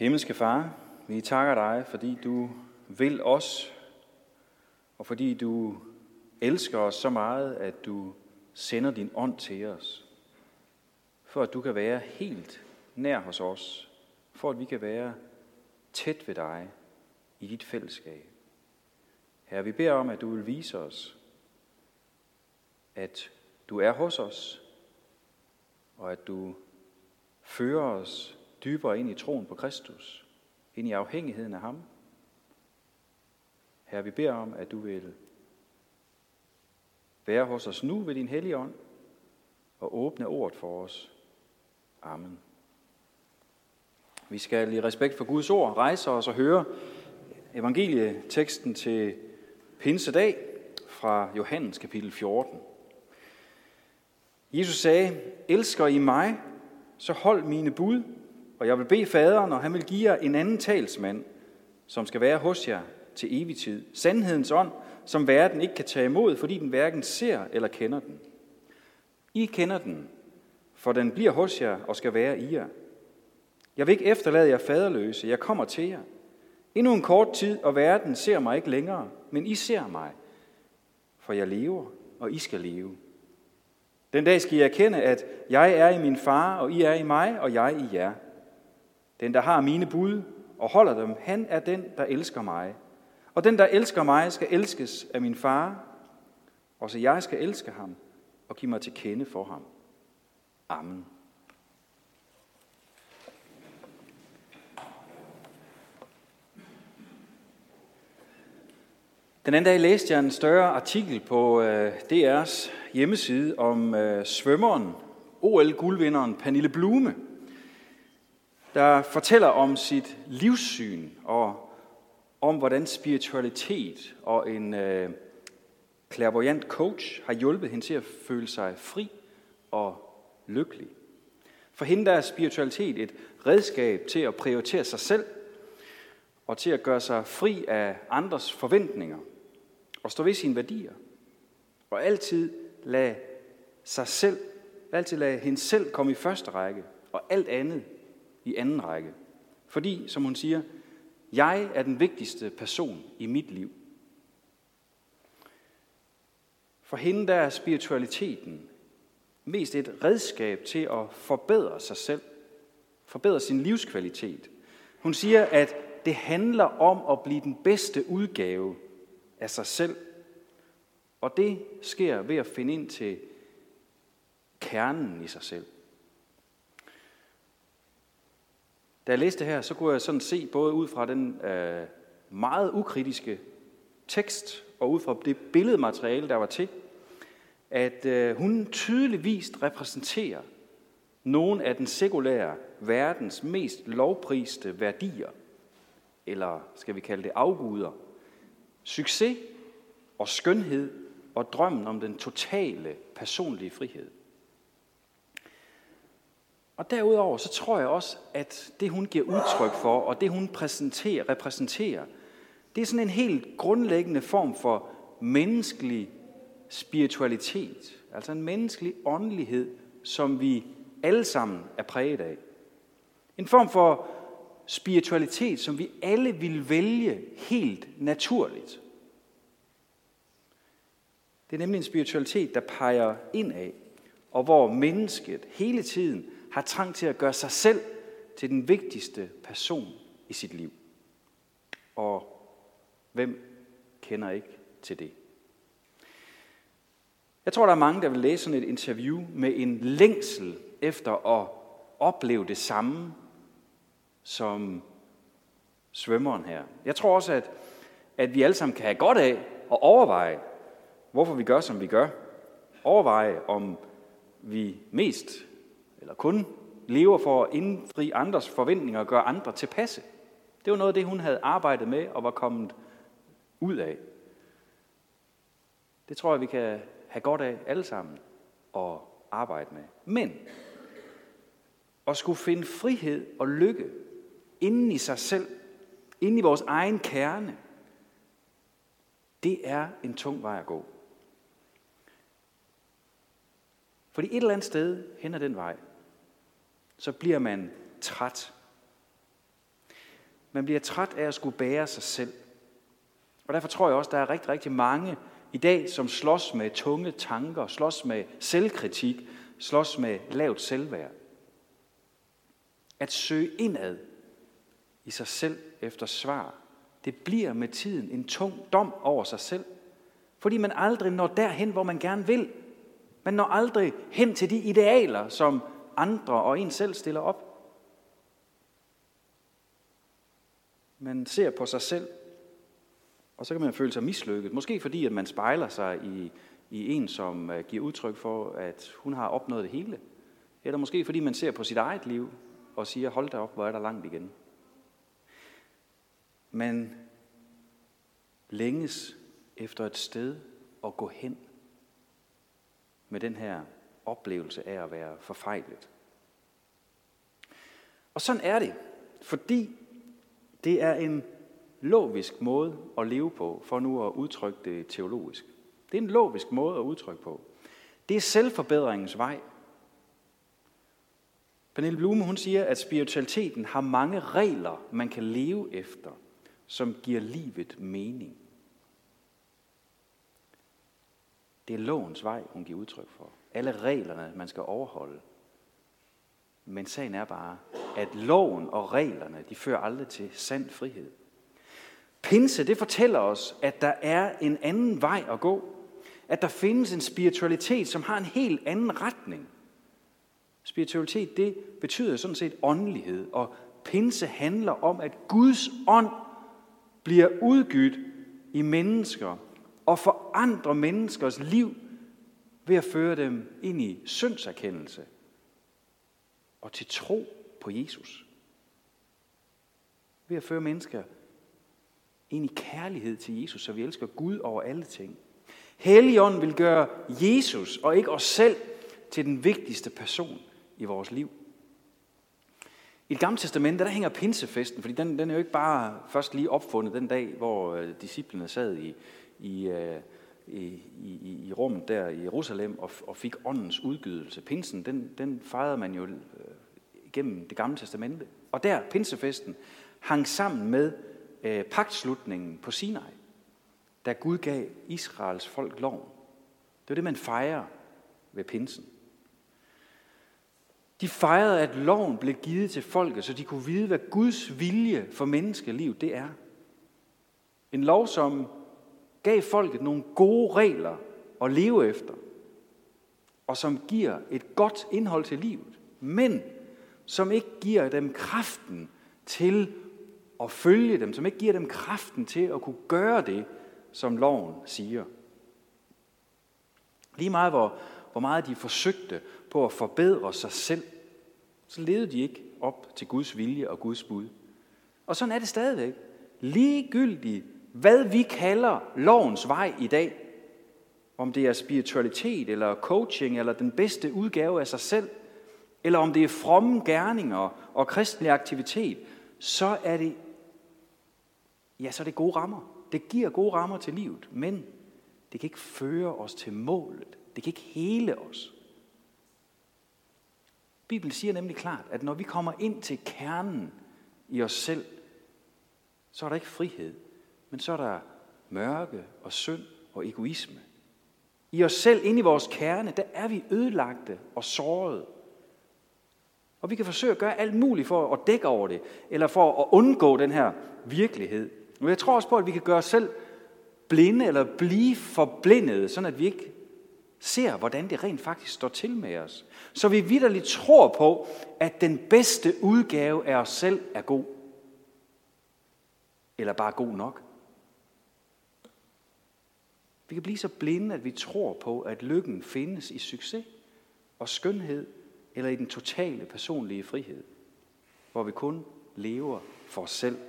Himmelske Far, vi takker dig, fordi du vil os, og fordi du elsker os så meget, at du sender din ånd til os, for at du kan være helt nær hos os, for at vi kan være tæt ved dig i dit fællesskab. Herre, vi beder om, at du vil vise os, at du er hos os, og at du fører os dybere ind i troen på Kristus, ind i afhængigheden af ham. Herre, vi beder om, at du vil være hos os nu ved din hellige ånd, og åbne ordet for os. Amen. Vi skal i respekt for Guds ord rejse os og høre evangelieteksten til Pinsedag fra Johannes kapitel 14. Jesus sagde, elsker I mig, så hold mine bud, og jeg vil bede faderen, og han vil give jer en anden talsmand, som skal være hos jer til evig tid. Sandhedens ånd, som verden ikke kan tage imod, fordi den hverken ser eller kender den. I kender den, for den bliver hos jer og skal være i jer. Jeg vil ikke efterlade jer faderløse, jeg kommer til jer. Endnu en kort tid, og verden ser mig ikke længere, men I ser mig, for jeg lever, og I skal leve. Den dag skal I erkende, at jeg er i min far, og I er i mig, og jeg i jer. Den, der har mine bud og holder dem, han er den, der elsker mig. Og den, der elsker mig, skal elskes af min far, og så jeg skal elske ham og give mig til kende for ham. Amen. Den anden dag læste jeg en større artikel på DR's hjemmeside om svømmeren, OL-guldvinderen Pernille Blume, der fortæller om sit livssyn og om, hvordan spiritualitet og en clairvoyant coach har hjulpet hende til at føle sig fri og lykkelig. For hende der er spiritualitet et redskab til at prioritere sig selv og til at gøre sig fri af andres forventninger og stå ved sine værdier. Og altid lade hende selv komme i første række og alt andet i anden række. Fordi, som hun siger, jeg er den vigtigste person i mit liv. For hende der er spiritualiteten mest et redskab til at forbedre sig selv, forbedre sin livskvalitet. Hun siger, at det handler om at blive den bedste udgave af sig selv, og det sker ved at finde ind til kernen i sig selv. Da jeg læste det her, så kunne jeg sådan se, både ud fra den meget ukritiske tekst, og ud fra det billedmateriale, der var til, at hun tydeligvis repræsenterer nogle af den sekulære verdens mest lovpriste værdier, eller skal vi kalde det afguder. Succes og skønhed og drømmen om den totale personlige frihed. Og derudover så tror jeg også, at det hun giver udtryk for, og det hun repræsenterer, det er sådan en helt grundlæggende form for menneskelig spiritualitet. Altså en menneskelig åndelighed, som vi alle sammen er præget af. En form for spiritualitet, som vi alle vil vælge helt naturligt. Det er nemlig en spiritualitet, der peger indad, og hvor mennesket hele tiden har trang til at gøre sig selv til den vigtigste person i sit liv. Og hvem kender ikke til det? Jeg tror, der er mange, der vil læse sådan et interview med en længsel efter at opleve det samme som svømmeren her. Jeg tror også, at vi alle sammen kan have godt af at overveje, hvorfor vi gør, som vi gør. Overveje, om vi mest eller kun lever for at indfri andres forventninger og gøre andre tilpasse. Det var noget af det, hun havde arbejdet med og var kommet ud af. Det tror jeg, vi kan have godt af alle sammen at arbejde med. Men at skulle finde frihed og lykke inden i sig selv, inden i vores egen kerne, det er en tung vej at gå. Fordi et eller andet sted hen ad den vej, så bliver man træt. Man bliver træt af at skulle bære sig selv. Og derfor tror jeg også, der er rigtig, rigtig mange i dag, som slås med tunge tanker, slås med selvkritik, slås med lavt selvværd. At søge indad i sig selv efter svar, det bliver med tiden en tung dom over sig selv. Fordi man aldrig når derhen, hvor man gerne vil. Man når aldrig hen til de idealer, som andre og en selv stiller op. Man ser på sig selv, og så kan man føle sig mislykket. Måske fordi, at man spejler sig i en, som giver udtryk for, at hun har opnået det hele. Eller måske fordi man ser på sit eget liv og siger, hold da op, hvor er der langt igen. Man længes efter et sted at gå hen med den her oplevelse af at være forfejlet. Og sådan er det, fordi det er en logisk måde at leve på, for nu at udtrykke det teologisk. Det er en logisk måde at udtrykke på. Det er selvforbedringens vej. Pernille Blume, hun siger, at spiritualiteten har mange regler, man kan leve efter, som giver livet mening. Det er lovens vej, hun giver udtryk for. Alle reglerne, man skal overholde. Men sagen er bare, at loven og reglerne, de fører aldrig til sand frihed. Pinse, det fortæller os, at der er en anden vej at gå. At der findes en spiritualitet, som har en helt anden retning. Spiritualitet, det betyder sådan set åndelighed. Og pinse handler om, at Guds ånd bliver udgydt i mennesker og forandrer menneskers liv ved at føre dem ind i syndserkendelse og til tro på Jesus. Ved at føre mennesker ind i kærlighed til Jesus, så vi elsker Gud over alle ting. Helligånden vil gøre Jesus og ikke os selv til den vigtigste person i vores liv. I Det Gamle Testamente, der hænger pinsefesten, fordi den er jo ikke bare først lige opfundet den dag, hvor disciplene sad i rummet der i Jerusalem og fik åndens udgydelse. Pinsen, den fejrede man jo gennem Det Gamle Testamente. Og der, pinsefesten, hang sammen med pagtslutningen på Sinai, da Gud gav Israels folk loven. Det var det, man fejrer ved pinsen. De fejrede, at loven blev givet til folket, så de kunne vide, hvad Guds vilje for menneskeliv det er. En lov, som gav folket nogle gode regler at leve efter, og som giver et godt indhold til livet, men som ikke giver dem kraften til at følge dem, som ikke giver dem kraften til at kunne gøre det, som loven siger. Lige meget hvor meget de forsøgte på at forbedre sig selv, så levede de ikke op til Guds vilje og Guds bud. Og sådan er det stadigvæk. Ligegyldigt, hvad vi kalder lovens vej i dag, om det er spiritualitet eller coaching eller den bedste udgave af sig selv, eller om det er fromme gerninger og kristelig aktivitet, så er det gode rammer. Det giver gode rammer til livet, men det kan ikke føre os til målet. Det kan ikke hele os. Bibelen siger nemlig klart, at når vi kommer ind til kernen i os selv, så er der ikke frihed, men så er der mørke og synd og egoisme. I os selv, inde i vores kerne, der er vi ødelagte og sårede. Og vi kan forsøge at gøre alt muligt for at dække over det, eller for at undgå den her virkelighed. Men jeg tror også på, at vi kan gøre os selv blinde eller blive forblindede, sådan at vi ikke ser, hvordan det rent faktisk står til med os. Så vi vitterligt tror på, at den bedste udgave af os selv er god. Eller bare god nok. Vi kan blive så blinde, at vi tror på, at lykken findes i succes og skønhed, eller i den totale personlige frihed, hvor vi kun lever for os selv.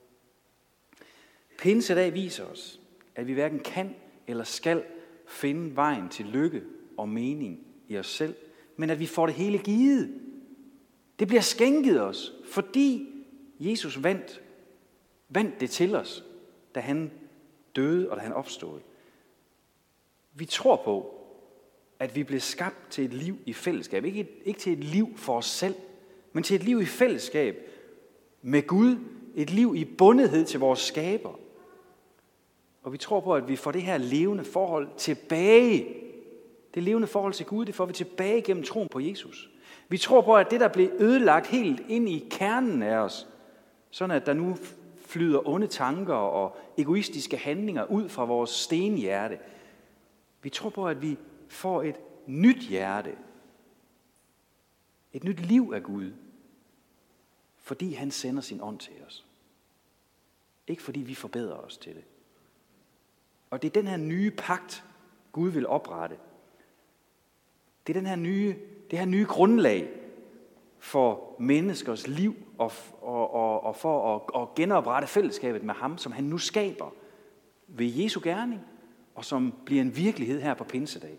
Pinsedag viser os, at vi hverken kan eller skal finde vejen til lykke og mening i os selv, men at vi får det hele givet. Det bliver skænket os, fordi Jesus vandt det til os, da han døde og da han opstod. Vi tror på, at vi blev skabt til et liv i fællesskab. Ikke til et liv for os selv, men til et liv i fællesskab med Gud Et liv i bundethed til vores skaber. Og vi tror på, at vi får det her levende forhold tilbage. Det levende forhold til Gud, det får vi tilbage gennem troen på Jesus. Vi tror på, at det, der blev ødelagt helt ind i kernen af os, sådan at der nu flyder onde tanker og egoistiske handlinger ud fra vores stenhjerte. Vi tror på, at vi får et nyt hjerte. Et nyt liv af Gud. Fordi han sender sin ånd til os. Ikke fordi vi forbedrer os til det. Og det er den her nye pagt, Gud vil oprette. Det er det her nye grundlag for menneskers liv og for at genoprette fællesskabet med ham, som han nu skaber ved Jesu gerning, og som bliver en virkelighed her på pinsedag.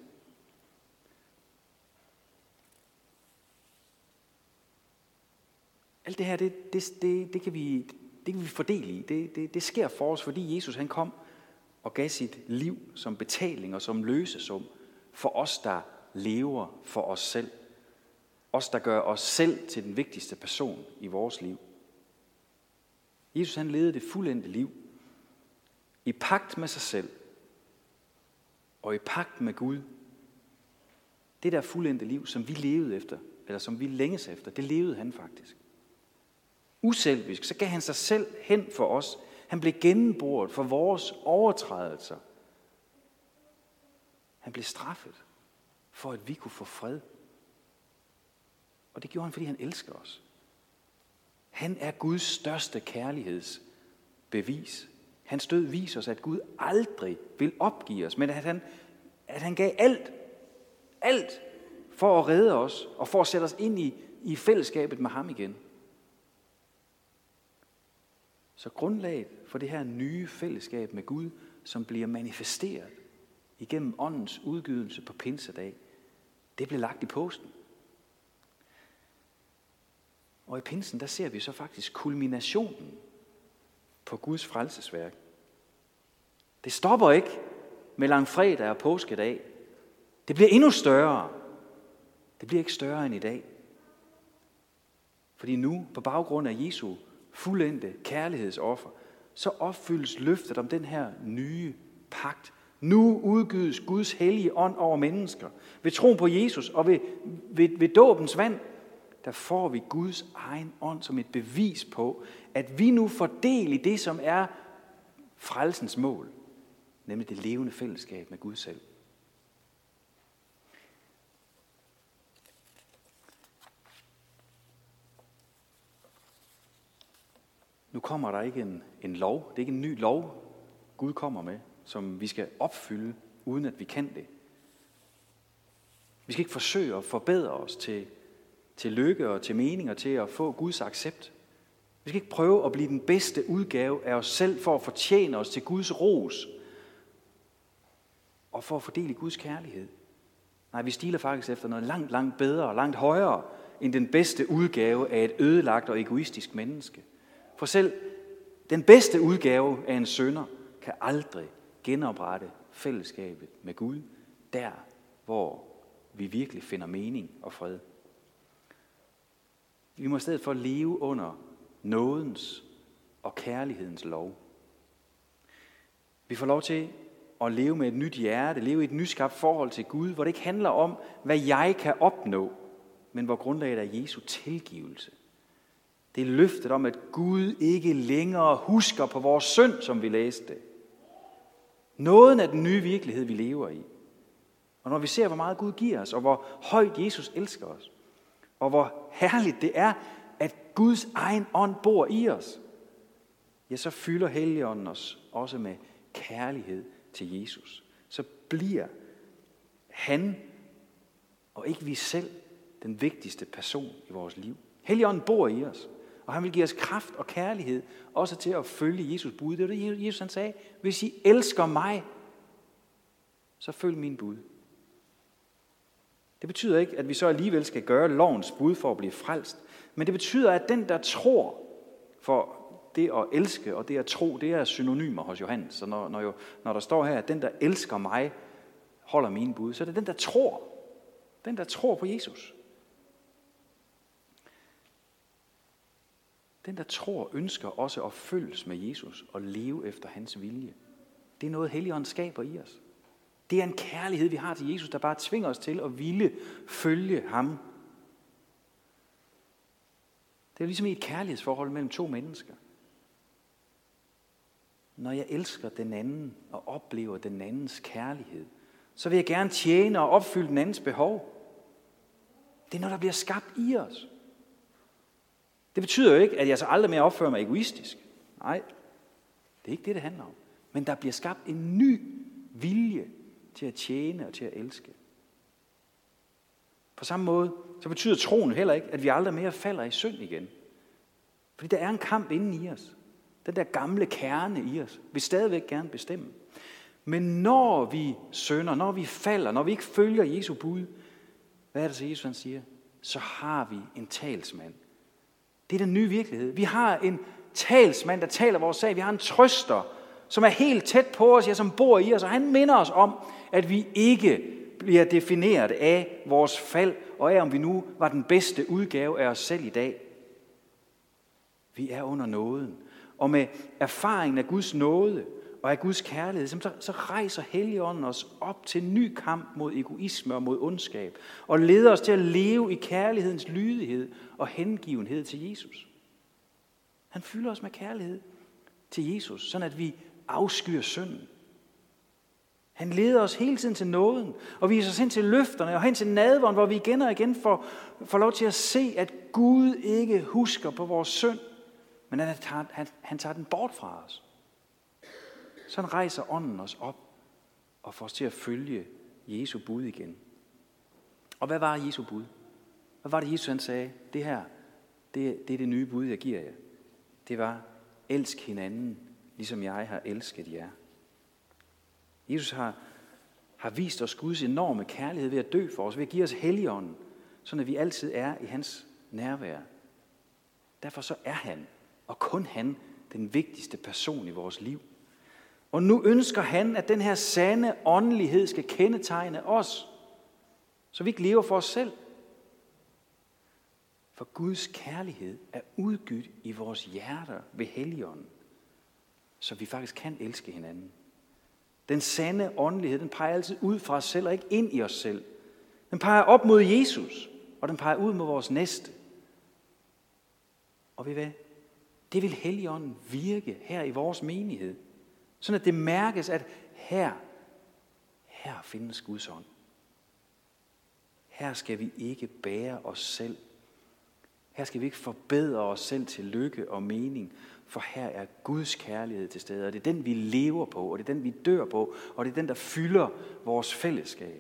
Alt det her, det kan vi fordele i. Det sker for os, fordi Jesus han kom og gav sit liv som betaling og som løsesum for os, der lever for os selv. Os, der gør os selv til den vigtigste person i vores liv. Jesus han levede det fuldendte liv i pagt med sig selv og i pagt med Gud. Det der fuldendte liv, som vi levede efter, eller som vi længes efter, det levede han faktisk. Uselvisk, så gav han sig selv hen for os. Han blev gennemboret for vores overtrædelser. Han blev straffet for, at vi kunne få fred. Og det gjorde han, fordi han elsker os. Han er Guds største kærlighedsbevis. Hans død viser os, at Gud aldrig vil opgive os, men at han gav alt for at redde os og for at sætte os ind i fællesskabet med ham igen. Så grundlaget for det her nye fællesskab med Gud, som bliver manifesteret igennem åndens udgydelse på pinsedag, det blev lagt i påsken. Og i pinsen, der ser vi så faktisk kulminationen på Guds frelsesværk. Det stopper ikke med langfredag og påskedag. Det bliver endnu større. Det bliver ikke større end i dag. Fordi nu, på baggrund af Jesu fuldendte kærlighedsoffer, så opfyldes løftet om den her nye pagt. Nu udgydes Guds hellige ånd over mennesker. Ved troen på Jesus og ved dåbens vand, der får vi Guds egen ånd som et bevis på, at vi nu får del i det, som er frelsens mål, nemlig det levende fællesskab med Gud selv. Nu kommer der ikke en lov, det er ikke en ny lov, Gud kommer med, som vi skal opfylde, uden at vi kan det. Vi skal ikke forsøge at forbedre os til lykke og til mening og til at få Guds accept. Vi skal ikke prøve at blive den bedste udgave af os selv for at fortjene os til Guds ros og for at fordele Guds kærlighed. Nej, vi stiler faktisk efter noget langt, langt bedre og langt højere end den bedste udgave af et ødelagt og egoistisk menneske. For selv den bedste udgave af en synder kan aldrig genoprette fællesskabet med Gud, der hvor vi virkelig finder mening og fred. Vi må i stedet for leve under nådens og kærlighedens lov. Vi får lov til at leve med et nyt hjerte, leve i et nyskabt forhold til Gud, hvor det ikke handler om, hvad jeg kan opnå, men hvor grundlaget er Jesu tilgivelse. Det er løftet om, at Gud ikke længere husker på vores synd, som vi læste. Nåden er den nye virkelighed, vi lever i. Og når vi ser, hvor meget Gud giver os, og hvor højt Jesus elsker os, og hvor herligt det er, at Guds egen ånd bor i os, ja, så fylder Helligånden os også med kærlighed til Jesus. Så bliver han, og ikke vi selv, den vigtigste person i vores liv. Helligånden bor i os, og han vil give os kraft og kærlighed, også til at følge Jesus bud. Det er det, Jesus han sagde. Hvis I elsker mig, så følg min bud. Det betyder ikke, at vi så alligevel skal gøre lovens bud for at blive frelst. Men det betyder, at den, der tror, for det at elske og det at tro, det er synonymer hos Johannes. Så når der står her, at den, der elsker mig, holder mine bud, så er det den, der tror. Den, der tror på Jesus. Den, der tror, ønsker også at følges med Jesus og leve efter hans vilje. Det er noget, Helligånden skaber i os. Det er en kærlighed, vi har til Jesus, der bare tvinger os til at ville følge ham. Det er jo ligesom i et kærlighedsforhold mellem to mennesker. Når jeg elsker den anden og oplever den andens kærlighed, så vil jeg gerne tjene og opfylde den andens behov. Det er noget, der bliver skabt i os. Det betyder jo ikke, at jeg så aldrig mere opfører mig egoistisk. Nej, det er ikke det, det handler om. Men der bliver skabt en ny vilje til at tjene og til at elske. På samme måde, så betyder troen heller ikke, at vi aldrig mere falder i synd igen. Fordi der er en kamp inde i os. Den der gamle kerne i os vil stadigvæk gerne bestemme. Men når vi synder, når vi falder, når vi ikke følger Jesu bud, hvad er det så Jesus han siger? Så har vi en talsmand. Det er den nye virkelighed. Vi har en talsmand, der taler vores sag. Vi har en trøster, som er helt tæt på os, ja, som bor i os. Og han minder os om, at vi ikke bliver defineret af vores fald, og af om vi nu var den bedste udgave af os selv i dag. Vi er under nåden. Og med erfaringen af Guds nåde og af Guds kærlighed, så rejser Helligånden os op til ny kamp mod egoisme og mod ondskab, og leder os til at leve i kærlighedens lydighed og hengivenhed til Jesus. Han fylder os med kærlighed til Jesus, sådan at vi afskyr synden. Han leder os hele tiden til nåden, og viser os hen til løfterne og hen til nadveren, hvor vi igen og igen får lov til at se, at Gud ikke husker på vores synd, men at han tager den bort fra os. Sådan rejser ånden os op og får os til at følge Jesu bud igen. Og hvad var Jesu bud? Hvad var det Jesus han sagde? Det her, det er det nye bud, jeg giver jer. Det var, elsk hinanden, ligesom jeg har elsket jer. Jesus har vist os Guds enorme kærlighed ved at dø for os, ved at give os Helligånden, sådan at vi altid er i hans nærvær. Derfor så er han, og kun han, den vigtigste person i vores liv. Og nu ønsker han, at den her sande åndelighed skal kendetegne os, så vi ikke lever for os selv. For Guds kærlighed er udgydt i vores hjerter ved Helligånden, så vi faktisk kan elske hinanden. Den sande åndelighed, den peger altid ud fra os selv og ikke ind i os selv. Den peger op mod Jesus, og den peger ud mod vores næste. Og ved hvad? Det vil Helligånden virke her i vores menighed, sådan at det mærkes, at her findes Guds ånd. Her skal vi ikke bære os selv. Her skal vi ikke forbedre os selv til lykke og mening, for her er Guds kærlighed til stede, og det er den, vi lever på, og det er den, vi dør på, og det er den, der fylder vores fællesskab.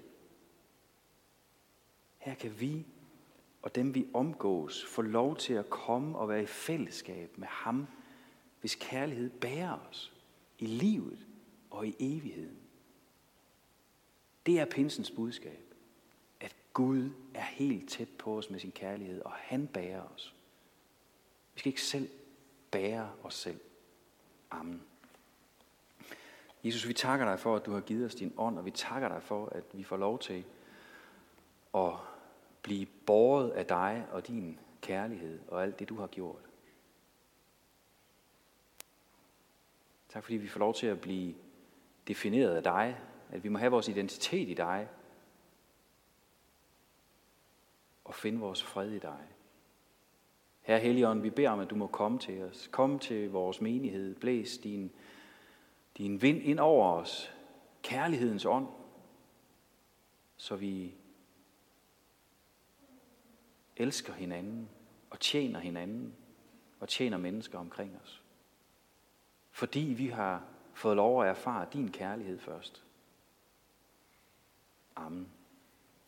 Her kan vi og dem, vi omgås, få lov til at komme og være i fællesskab med ham, hvis kærlighed bærer os i livet og i evigheden. Det er pinsens budskab, at Gud er helt tæt på os med sin kærlighed, og han bærer os. Vi skal ikke selv bære os selv. Amen. Jesus, vi takker dig for, at du har givet os din ånd, og vi takker dig for, at vi får lov til at blive båret af dig og din kærlighed og alt det, du har gjort. Tak fordi vi får lov til at blive defineret af dig, at vi må have vores identitet i dig og finde vores fred i dig. Herre Helligånd, vi beder om, at du må komme til os. Kom til vores menighed. Blæs din vind ind over os. Kærlighedens ånd. Så vi elsker hinanden og tjener hinanden og tjener mennesker omkring os. Fordi vi har fået lov at erfare din kærlighed først. Amen.